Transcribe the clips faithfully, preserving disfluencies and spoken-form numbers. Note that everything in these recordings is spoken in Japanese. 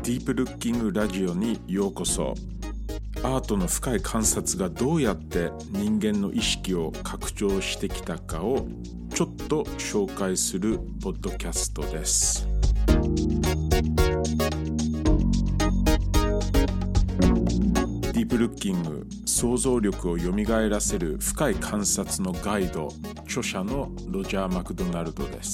ディープルッキングラジオにようこそ。アートの深い観察がどうやって人間の意識を拡張してきたかをちょっと紹介するポッドキャストです。ディープルッキング、想像力をよみがえらせる深い観察のガイド、著者のロジャー・マクドナルドです。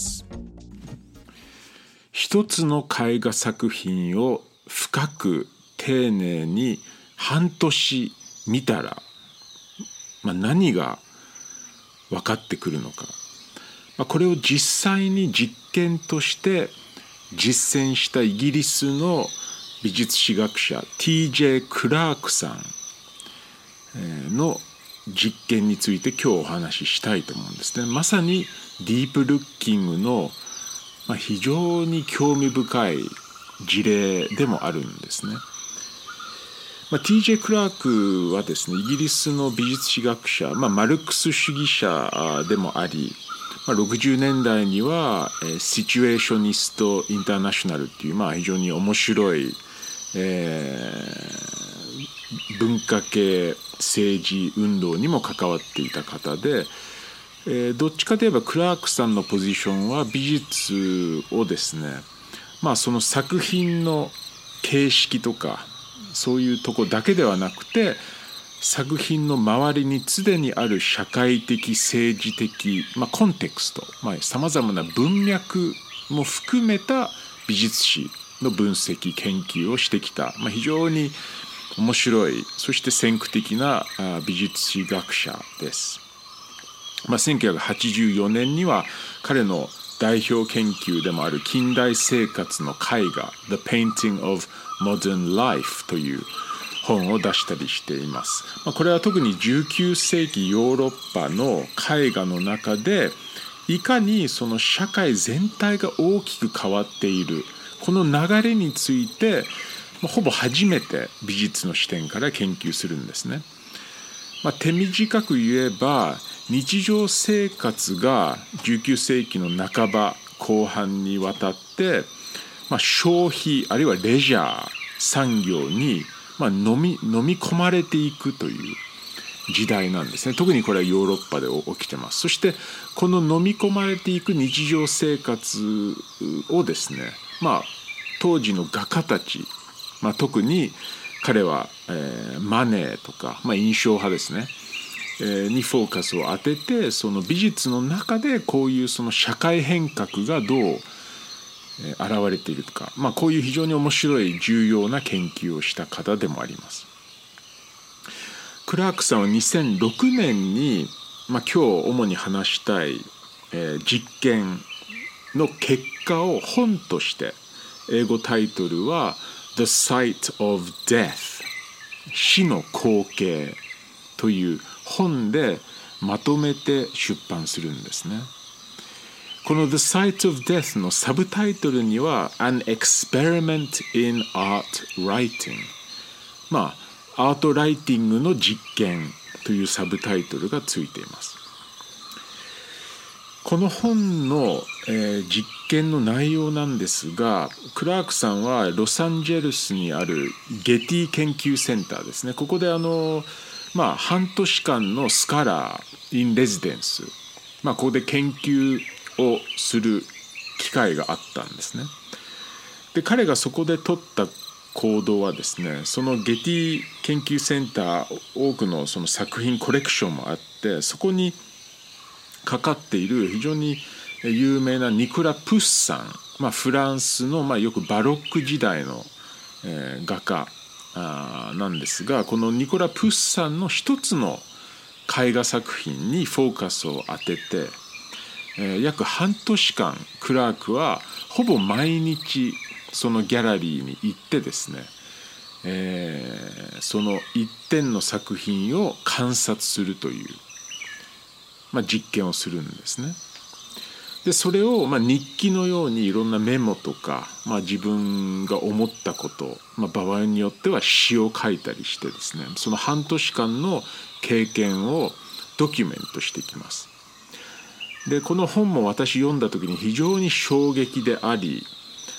一つの絵画作品を深く丁寧に半年見たら、まあ、何が分かってくるのか、まあ、これを実際に実験として実践したイギリスの美術史学者 ティージェー クラークさんの実験について今日お話ししたいと思うんですね。まさにディープルッキングのまあ、非常に興味深い事例でもあるんですね。まあ、ティージェー クラークはですね、イギリスの美術史学者、まあ、マルクス主義者でもあり、まあ、ろくじゅうねんだいにはシチュエーショニスト・インターナショナルっていう、まあ、非常に面白い、えー、文化系政治運動にも関わっていた方で、えー、どっちかといえばクラークさんのポジションは美術をですね、まあその作品の形式とかそういうとこだけではなくて、作品の周りに常にある社会的政治的、まあ、コンテクスト、さまざまな文脈も含めた美術史の分析研究をしてきた、まあ、非常に面白い、そして先駆的な美術史学者です。まあ、せんきゅうひゃくはちじゅうよねんには彼の代表研究でもある近代生活の絵画 The Painting of Modern Life という本を出したりしています。まあ、これは特にじゅうきゅうせいきヨーロッパの絵画の中でいかにその社会全体が大きく変わっているこの流れについて、まあ、ほぼ初めて美術の視点から研究するんですね。まあ、手短く言えば日常生活がじゅうきゅうせいきの半ば後半にわたって、まあ、消費あるいはレジャー産業に、まあ、飲み、飲み込まれていくという時代なんですね。特にこれはヨーロッパで起きてます。そしてこの飲み込まれていく日常生活をですね、まあ、当時の画家たち、まあ、特に彼は、えー、マネーとか、まあ、印象派ですねにフォーカスを当てて、その美術の中でこういうその社会変革がどう現れているか、まあ、こういう非常に面白い重要な研究をした方でもあります。クラークさんはにせんろくねんに、まあ、今日主に話したい、えー、実験の結果を本として、英語タイトルは The Sight of Death 死の光景という本でまとめて出版するんですね。この The Sight of Death のサブタイトルには An Experiment in Art Writing、 まあアートライティングの実験というサブタイトルがついています。この本の、えー、実験の内容なんですが、クラークさんはロサンゼルスにあるゲティ研究センターですね、ここであのまあ、半年間のスカラー・イン・レジデンス、まあ、ここで研究をする機会があったんですね。で、彼がそこで取った行動はですね、そのゲティ研究センター、多くのその作品コレクションもあって、そこにかかっている非常に有名なニコラ・プッサン、まあ、フランスの、まあ、よくバロック時代の、えー、画家なんですが、このニコラ・プッサンの一つの絵画作品にフォーカスを当てて、えー、約半年間クラークはほぼ毎日そのギャラリーに行ってですね、えー、その一点の作品を観察するという、まあ、実験をするんですね。でそれをまあ日記のようにいろんなメモとか、まあ、自分が思ったこと、まあ、場合によっては詩を書いたりしてですね、その半年間の経験をドキュメントしていきます。でこの本も私読んだ時に非常に衝撃であり、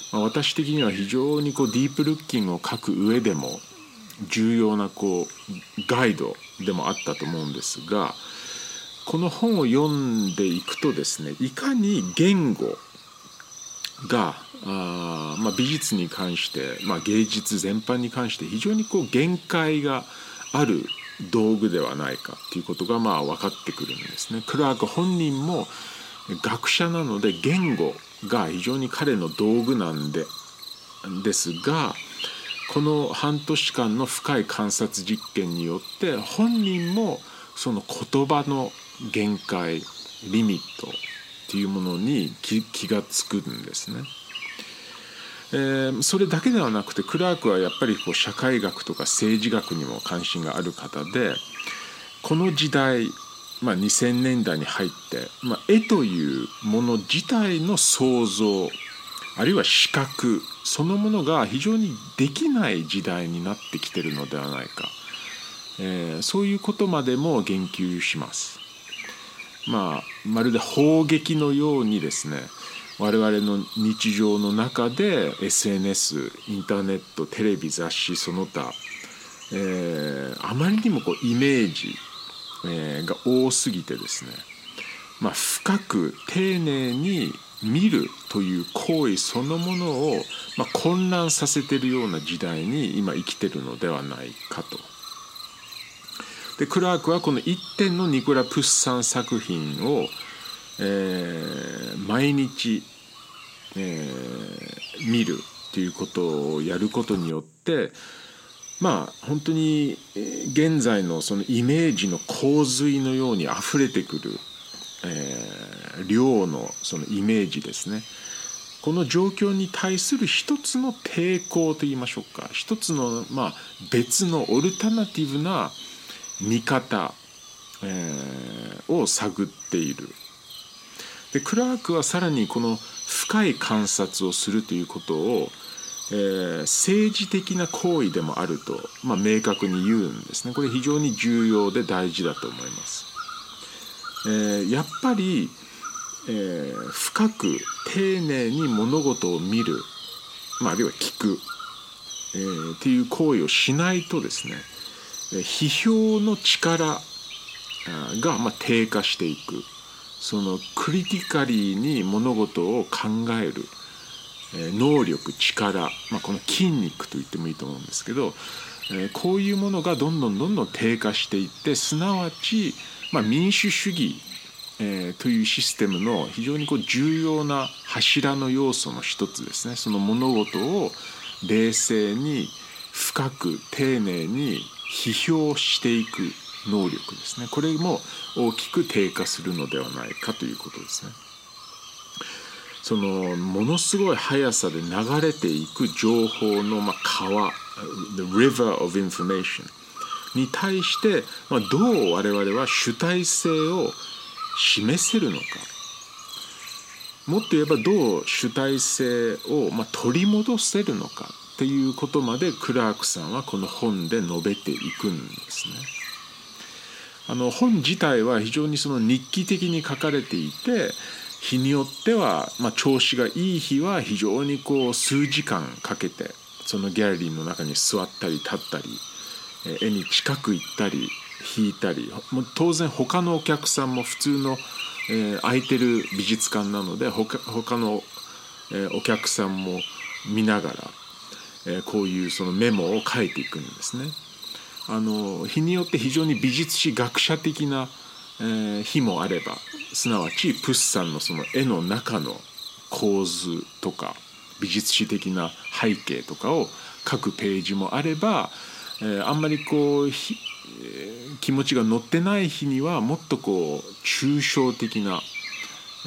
まあ、私的には非常にこうディープルッキングを書く上でも重要なこうガイドでもあったと思うんですが、この本を読んでいくとですね、いかに言語があ、まあ、美術に関して、まあ、芸術全般に関して非常にこう限界がある道具ではないかということがまあ分かってくるんですね。クラーク本人も学者なので言語が非常に彼の道具なんでですが、この半年間の深い観察実験によって本人もその言葉の限界、リミットっていうものに 気, 気がつくんですね。えー、それだけではなくてクラークはやっぱりこう社会学とか政治学にも関心がある方で、この時代、まあ、にせんねんだいに入って、まあ、絵というもの自体の創造あるいは視覚そのものが非常にできない時代になってきているのではないか、えー、そういうことまでも言及します。まあ、まるで砲撃のようにですね、我々の日常の中で エスエヌエス、インターネット、テレビ、雑誌その他、えー、あまりにもこうイメージ、えー、が多すぎてですね、まあ、深く丁寧に見るという行為そのものを、まあ、混乱させているような時代に今生きているのではないかと。でクラークはこの一点のニコラ・プッサン作品を、えー、毎日、えー、見るということをやることによって、まあ本当に現在のそのイメージの洪水のようにあふれてくる、えー、量のそのイメージですね。この状況に対する一つの抵抗といいましょうか、一つのまあ別のオルタナティブな見方、えー、を探っている。でクラークはさらにこの深い観察をするということを、えー、政治的な行為でもあると、まあ、明確に言うんですね。これ非常に重要で大事だと思います。えー、やっぱり、えー、深く丁寧に物事を見る、まあ、あるいは聞く、えー、っていう行為をしないとですね、批評の力がまあ低下していく。そのクリティカリーに物事を考える能力、力、まあ、この筋肉と言ってもいいと思うんですけど、こういうものがどんどんどんどん低下していって、すなわち、まあ、民主主義、えー、というシステムの非常にこう重要な柱の要素の一つですね。その物事を冷静に深く丁寧に批評していく能力ですね。これも大きく低下するのではないかということですね。そのものすごい速さで流れていく情報のまあ川 The river of information に対して、まあ、どう我々は主体性を示せるのか、もっと言えばどう主体性をまあ取り戻せるのかということまでクラークさんはこの本で述べていくんですね。あの本自体は非常にその日記的に書かれていて、日によっては、まあ、調子がいい日は非常にこう数時間かけてそのギャラリーの中に座ったり立ったり、絵に近く行ったり引いたり、もう当然他のお客さんも普通の、えー、空いてる美術館なので 他, 他の、えー、お客さんも見ながら、えー、こういうそのメモを書いていくんですね。あの日によって非常に美術史学者的な、えー、日もあれば、すなわちプッサンのその絵の中の構図とか美術史的な背景とかを書くページもあれば、えー、あんまりこう、えー、気持ちが乗ってない日にはもっとこう抽象的な、え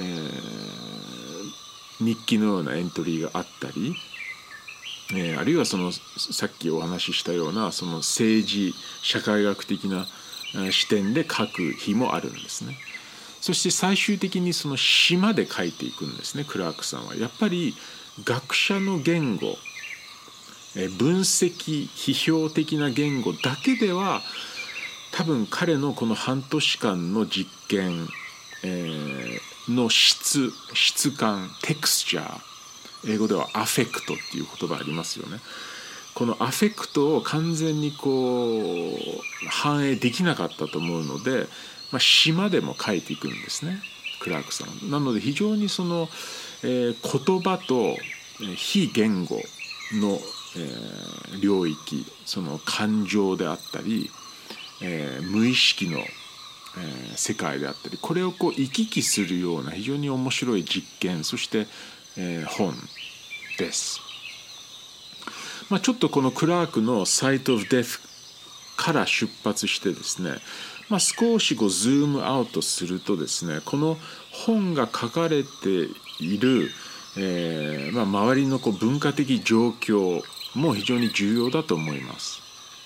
ー、日記のようなエントリーがあったり、えー、あるいはそのさっきお話ししたようなその政治社会学的な視点で書く日もあるんですね。そして最終的にその詩まで書いていくんですね。クラークさんはやっぱり学者の言語、分析批評的な言語だけでは多分彼のこの半年間の実験、えー、の質質感テクスチャー、 英語ではアフェクトっていう言葉ありますよね。このアフェクトを完全にこう反映できなかったと思うので、まあ、詩までも書いていくんですね、クラークさん。なので非常にその、えー、言葉と非言語の、えー、領域、その感情であったり、えー、無意識の、えー、世界であったり、これをこう行き来するような非常に面白い実験、そして、えー、本です。まあ、ちょっとこのクラークの「Sight of Death」から出発してですね、まあ、少しこうズームアウトするとですね、この本が書かれている、えーまあ、周りのこう文化的状況も非常に重要だと思います。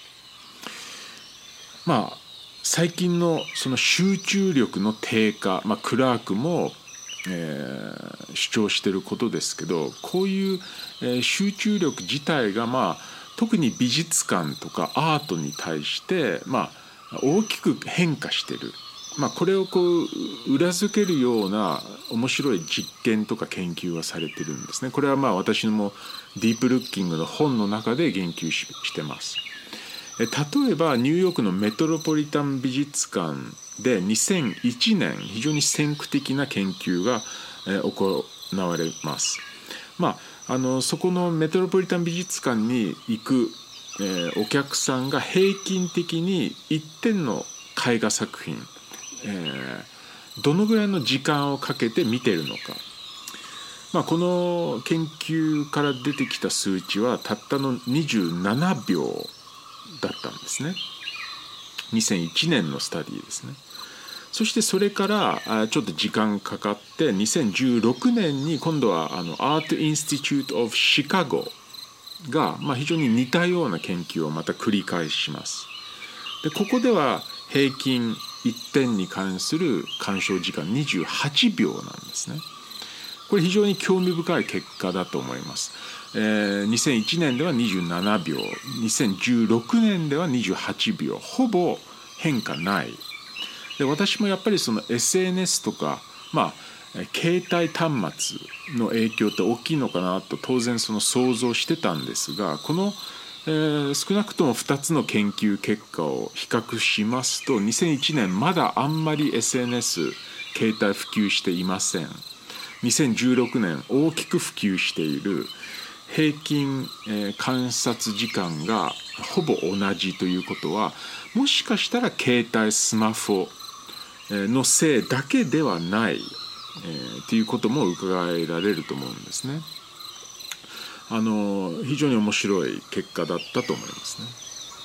まあ最近のその集中力の低下、まあ、クラークも、えー、主張していることですけど、こういう、えー、集中力自体が、まあ、特に美術館とかアートに対して、まあ、大きく変化している。まあ、これをこう裏付けるような面白い実験とか研究がされてるんですね。これはまあ私もディープルッキングの本の中で言及 し, してます。例えばニューヨークのメトロポリタン美術館でにせんいちねん非常に先駆的な研究が行われます。まあ、あのそこのメトロポリタン美術館に行く、えー、お客さんが平均的にいってんの絵画作品、えー、どのぐらいの時間をかけて見てるのか。まあ、この研究から出てきた数値はたったのにじゅうななびょうだったんですね。にせんいちねんのスタディですね。そしてそれからちょっと時間かかってにせんじゅうろくねんに今度はあの Art Institute of Chicago がまあ非常に似たような研究をまた繰り返します。でここでは平均いってんに関する鑑賞時間にじゅうはちびょうなんですね。これ非常に興味深い結果だと思います。えー、にせんいちねんではにじゅうななびょう、にせんじゅうろくねんではにじゅうはちびょう、ほぼ変化ない。で私もやっぱりその エスエヌエス とか、まあ、携帯端末の影響って大きいのかなと当然その想像してたんですが、この、えー、少なくともふたつの研究結果を比較しますと、にせんいちねんまだあんまり エスエヌエス 携帯普及していません。にせんじゅうろくねん大きく普及している。平均、えー、観察時間がほぼ同じということは、もしかしたら携帯スマホのせいだけではない、えー、ということも伺えられると思うんですね。あの非常に面白い結果だったと思いますね。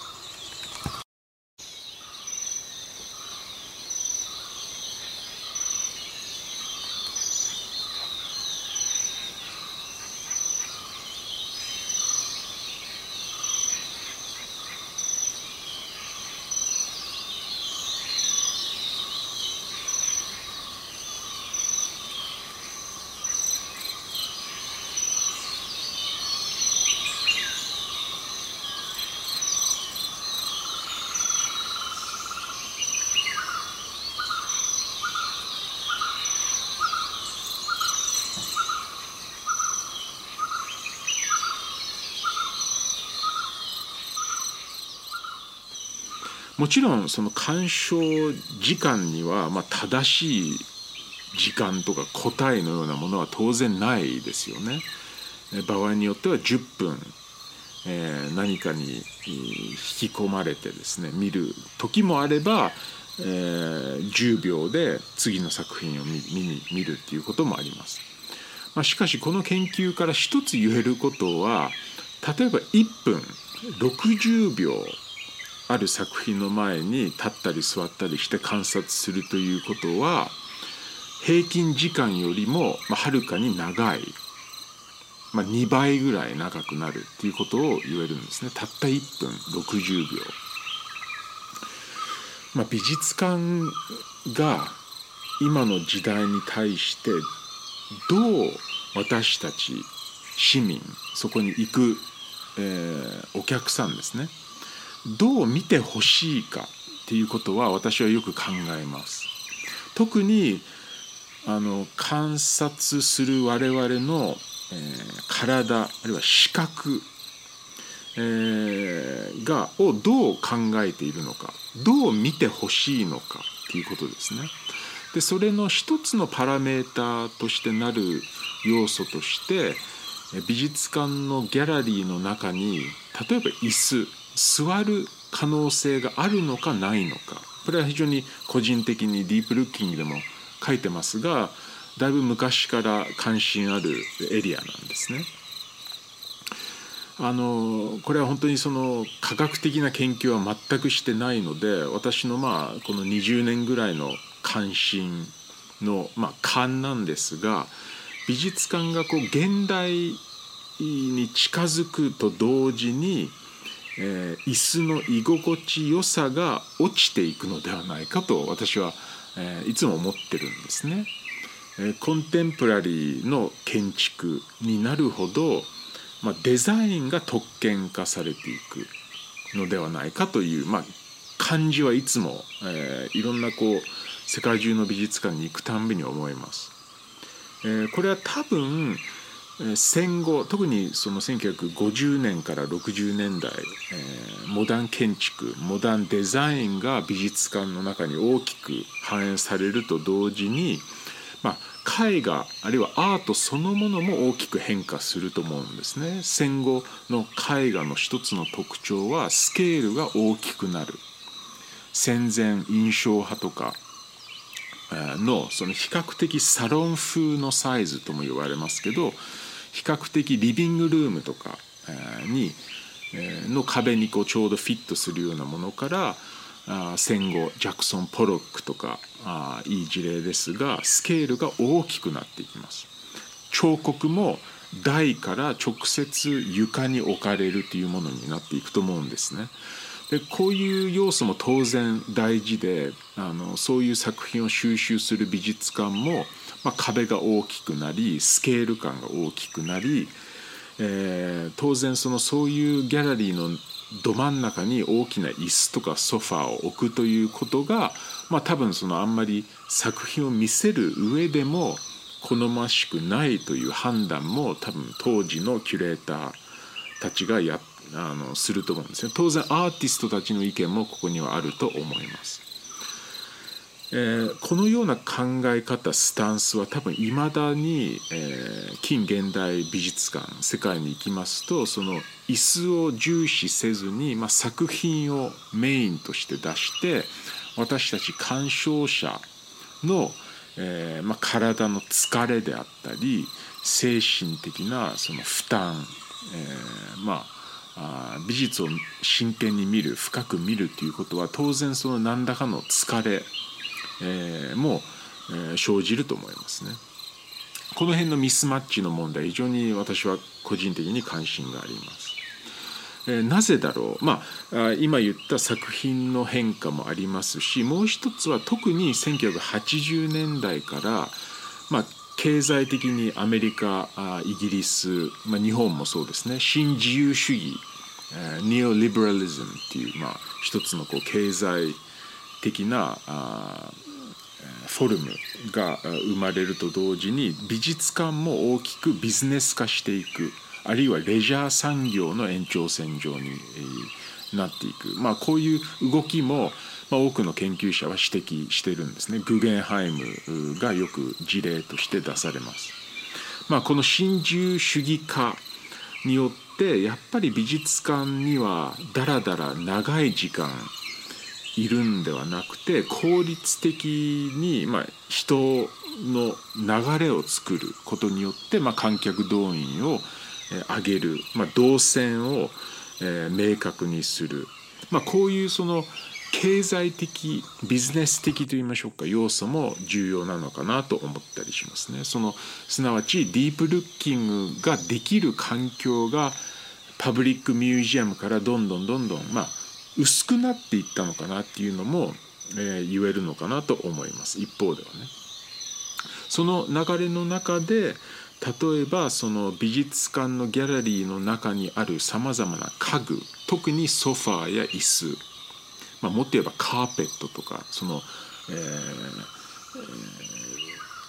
もちろんその鑑賞時間にはまあ正しい時間とか答えのようなものは当然ないですよね。場合によってはじゅっぷん、えー、何かに引き込まれてですね見る時もあれば、えー、じゅうびょうで次の作品を 見, 見に見るっていうこともあります。まあ、しかしこの研究から一つ言えることは、例えばいっぷんろくじゅうびょうある作品の前に立ったり座ったりして観察するということは、平均時間よりもはるかに長い、まあ、にばいぐらい長くなるっていうことを言えるんですね。たったいっぷんろくじゅうびょう、まあ、美術館が今の時代に対してどう私たち市民、そこに行く、えー、お客さんですね、どう見てほしいかっていうことは私はよく考えます。特にあの観察する我々のえー、体あるいは視覚、えー、がをどう考えているのか、どう見てほしいのかっていうことですね。でそれの一つのパラメーターとしてなる要素として、美術館のギャラリーの中に例えば椅子座る可能性があるのかないのか、これは非常に個人的にディープルッキングでも書いてますが、だいぶ昔から関心あるエリアなんですね。あのこれは本当にその科学的な研究は全くしてないので、私のまあこのにじゅうねんぐらいの関心のまあ勘なんですが、美術館がこう現代に近づくと同時に、えー、椅子の居心地よさが落ちていくのではないかと私は、えー、いつも思ってるんですね。えー、コンテンポラリーの建築になるほど、まあ、デザインが特権化されていくのではないかという、まあ、感じはいつも、えー、いろんなこう世界中の美術館に行くたんびに思います。えー、これは多分戦後、特にそのせんきゅうひゃくごじゅうねんからろくじゅうねんだい、えー、モダン建築モダンデザインが美術館の中に大きく反映されると同時に、まあ、絵画あるいはアートそのものも大きく変化すると思うんですね。戦後の絵画の一つの特徴はスケールが大きくなる。戦前印象派とかのその比較的サロン風のサイズとも言われますけど、比較的リビングルームとかにの壁にこうちょうどフィットするようなものから、戦後ジャクソン・ポロックとかいい事例ですが、スケールが大きくなっていきます。彫刻も台から直接床に置かれるというものになっていくと思うんですね。でこういう要素も当然大事で、あのそういう作品を収集する美術館も、まあ、壁が大きくなりスケール感が大きくなり、えー、当然そのそういうギャラリーのど真ん中に大きな椅子とかソファーを置くということが、まあ、多分そのあんまり作品を見せる上でも好ましくないという判断も多分当時のキュレーターたちがやあのすると思うんですね。当然アーティストたちの意見もここにはあると思います。えー、このような考え方スタンスは多分いまだに、えー、近現代美術館世界に行きますと、その椅子を重視せずに、まあ、作品をメインとして出して私たち鑑賞者の、えーまあ、体の疲れであったり精神的なその負担、えー、まああ美術を真剣に見る深く見るということは当然その何らかの疲れ、えー、も、えー、生じると思いますね。この辺のミスマッチの問題非常に私は個人的に関心があります。えー、なぜだろう、まあ、今言った作品の変化もありますし、もう一つは特にせんきゅうひゃくはちじゅうねんだいから、まあ、経済的にアメリカ、イギリス、まあ、日本もそうですね、新自由主義、ニオリベラリズムっていう、まあ、一つのこう経済的なフォルムが生まれると同時に美術館も大きくビジネス化していく、あるいはレジャー産業の延長線上になっていく、まあ、こういう動きもまあ、多くの研究者は指摘しているんですね。グゲンハイムがよく事例として出されます。まあ、この新自由主義化によってやっぱり美術館にはだらだら長い時間いるんではなくて、効率的にまあ人の流れを作ることによって、まあ、観客動員を上げる、まあ、動線を明確にする、まあ、こういうその経済的ビジネス的といいましょうか、要素も重要なのかなと思ったりしますね。そのすなわちディープルッキングができる環境がパブリックミュージアムからどんどんどんどん、まあ、薄くなっていったのかなっていうのも、えー、言えるのかなと思います。一方ではね、その流れの中で例えばその美術館のギャラリーの中にあるさまざまな家具、特にソファーや椅子、まあ、もっと言えばカーペットとかその、えー、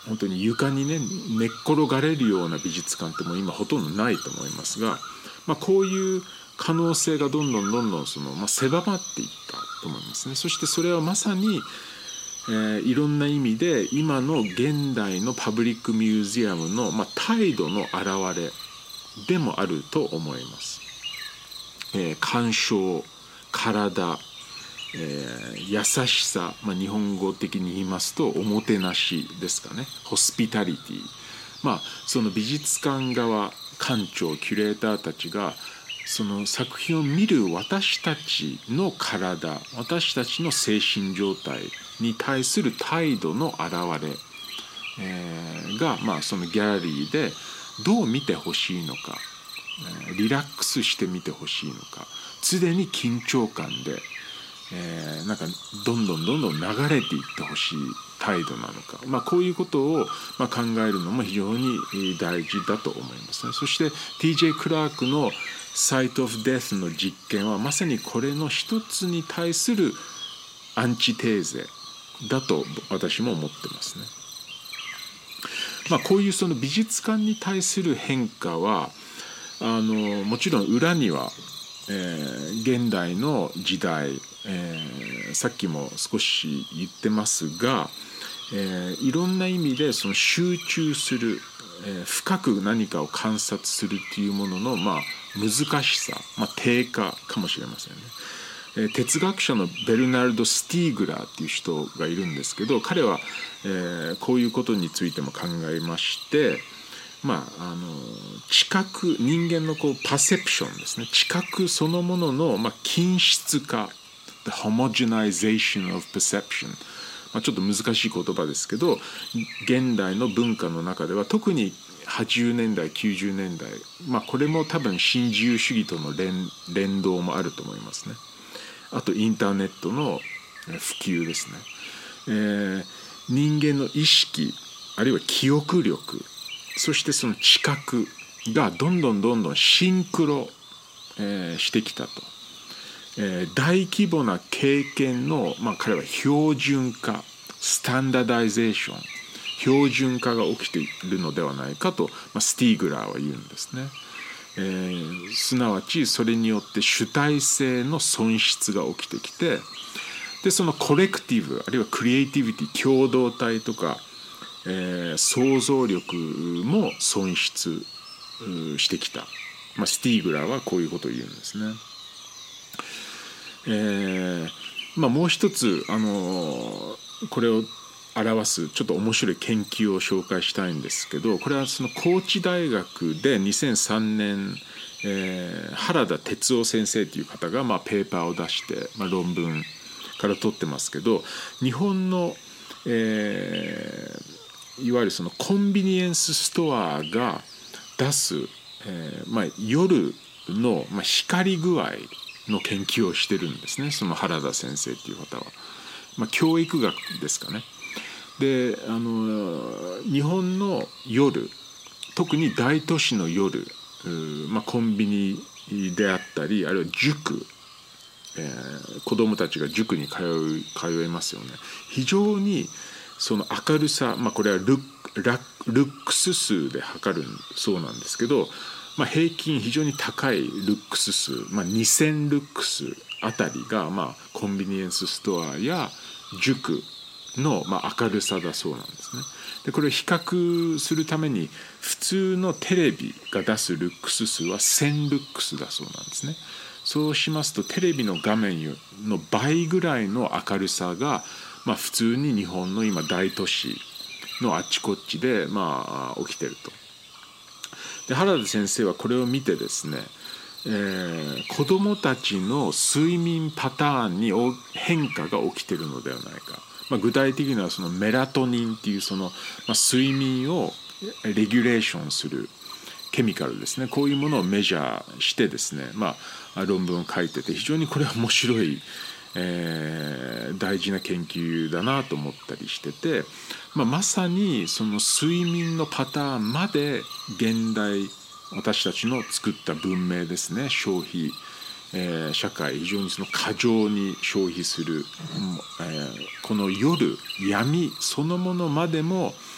本当に床にね寝っ転がれるような美術館ってもう今ほとんどないと思いますが、まあ、こういう可能性がどんどんどんどんその、まあ、狭まっていったと思いますね。そしてそれはまさに、えー、いろんな意味で今の現代のパブリックミュージアムの、まあ、態度の表れでもあると思います。えー、鑑賞、体、えー、優しさ、まあ、日本語的に言いますとおもてなしですかね、ホスピタリティ、まあ、その美術館側、館長、キュレーターたちがその作品を見る私たちの体、私たちの精神状態に対する態度の表れ、えー、が、まあ、そのギャラリーでどう見てほしいのか、リラックスして見てほしいのか、常に緊張感で、えー、なんかどんどんどんどん流れていってほしい態度なのか、まあ、こういうことをまあ考えるのも非常に大事だと思いますね。そして ティージェー クラークのサイト・オフ・デスの実験はまさにこれの一つに対するアンチテーゼだと私も思ってますね。まあ、こういうその美術館に対する変化はあのもちろん裏には、えー、現代の時代、えー、さっきも少し言ってますが、えー、いろんな意味でその集中する、えー、深く何かを観察するっていうものの、まあ、難しさ、まあ、低下かもしれませんね。えー、哲学者のベルナルド・スティーグラーっていう人がいるんですけど、彼は、えー、こういうことについても考えまして、まあ、あの知覚、人間のこうパセプションですね、知覚そのものの、まあ、均質化、The homogenization of perception、まあ、ちょっと難しい言葉ですけど、現代の文化の中では特にはちじゅうねんだいきゅうじゅうねんだい、まあ、これも多分新自由主義との 連, 連動もあると思いますね。あとインターネットの普及ですね、えー、人間の意識あるいは記憶力、そしてその知覚がどんどんどんどんシンクロ、えー、してきたと、えー、大規模な経験の、まあ、彼は標準化、スタンダダイゼーション、標準化が起きているのではないかと、まあ、スティーグラーは言うんですね。えー、すなわちそれによって主体性の損失が起きてきて、でそのコレクティブあるいはクリエイティビティ、共同体とか、えー、想像力も損失してきた、まあ、スティーグラーはこういうことを言うんですね。えーまあ、もう一つ、あのー、これを表すちょっと面白い研究を紹介したいんですけど、これはその高知大学でにせんさんねん、えー、原田哲夫先生という方が、まあ、ペーパーを出して、まあ、論文から取ってますけど、日本の、えー、いわゆるそのコンビニエンスストアが出す、えーまあ、夜の、まあ、光り具合の研究をしてるんですね、その原田先生という方は。まあ、教育学ですかね。であの日本の夜、特に大都市の夜、まあ、コンビニであったり、あるいは塾、えー、子どもたちが塾に通う通えますよね。非常にその明るさ、まあ、これはルッ、ルックス数で測るそうなんですけど、まあ、平均非常に高いルックス数、まあ、にせんルックスあたりが、まあ、コンビニエンスストアや塾の、まあ、明るさだそうなんですね。でこれを比較するために普通のテレビが出すルックス数はせんルックスだそうなんですね。そうしますとテレビの画面の倍ぐらいの明るさが、まあ、普通に日本の今大都市のあっちこっちで、まあ、起きてると。で原田先生はこれを見てですね、えー、子どもたちの睡眠パターンに変化が起きているのではないか、まあ、具体的にはそのメラトニンっていうその、まあ、睡眠をレギュレーションするケミカルですね、こういうものをメジャーしてですね、まあ、論文を書いてて非常にこれは面白い、えー、大事な研究だなと思ったりしてて、まあ、まさにその睡眠のパターンまで現代私たちの作った文明ですね、消費、えー、社会非常にその過剰に消費する、えー、この夜闇そのものまでも、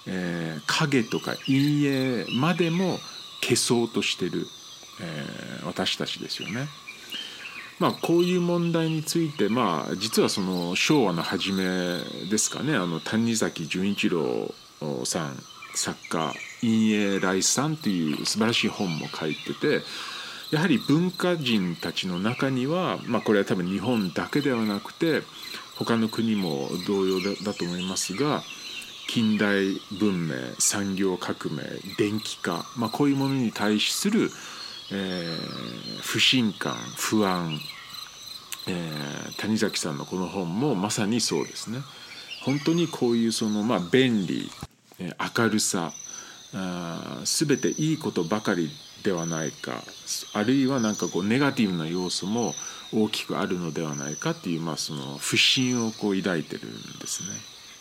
えー、影とか陰影までも消そうとしてる、えー、私たちですよね。まあ、こういう問題について、まあ、実はその昭和の初めですかね、あの谷崎潤一郎さん作家「陰影来賛」という素晴らしい本も書いてて、やはり文化人たちの中には、まあ、これは多分日本だけではなくて他の国も同様 だ, だと思いますが、近代文明、産業革命、電気化、まあ、こういうものに対するえー、不信感、不安、えー、谷崎さんのこの本もまさにそうですね。本当にこういうその、まあ、便利、明るさ、すべていいことばかりではないか、あるいはなんかこうネガティブな要素も大きくあるのではないかっていう、まあ、その不信をこう抱いてるんですね。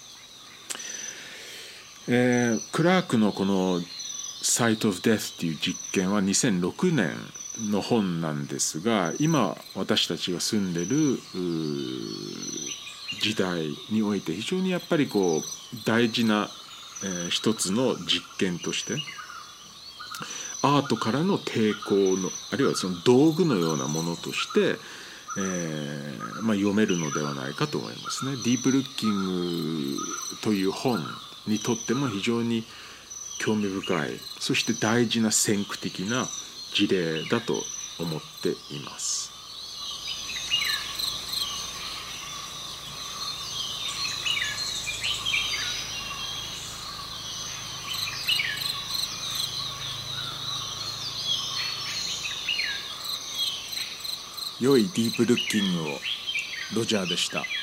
えー、クラークのこのSight of Death っていう実験はにせんろくねんの本なんですが、今私たちが住んでる時代において非常にやっぱりこう大事な、えー、一つの実験としてアートからの抵抗の、あるいはその道具のようなものとして、えーまあ、読めるのではないかと思いますね。ディープルッキングという本にとっても非常に興味深い、そして大事な先駆的な事例だと思っています。良いディープルッキングを。ロジャーでした。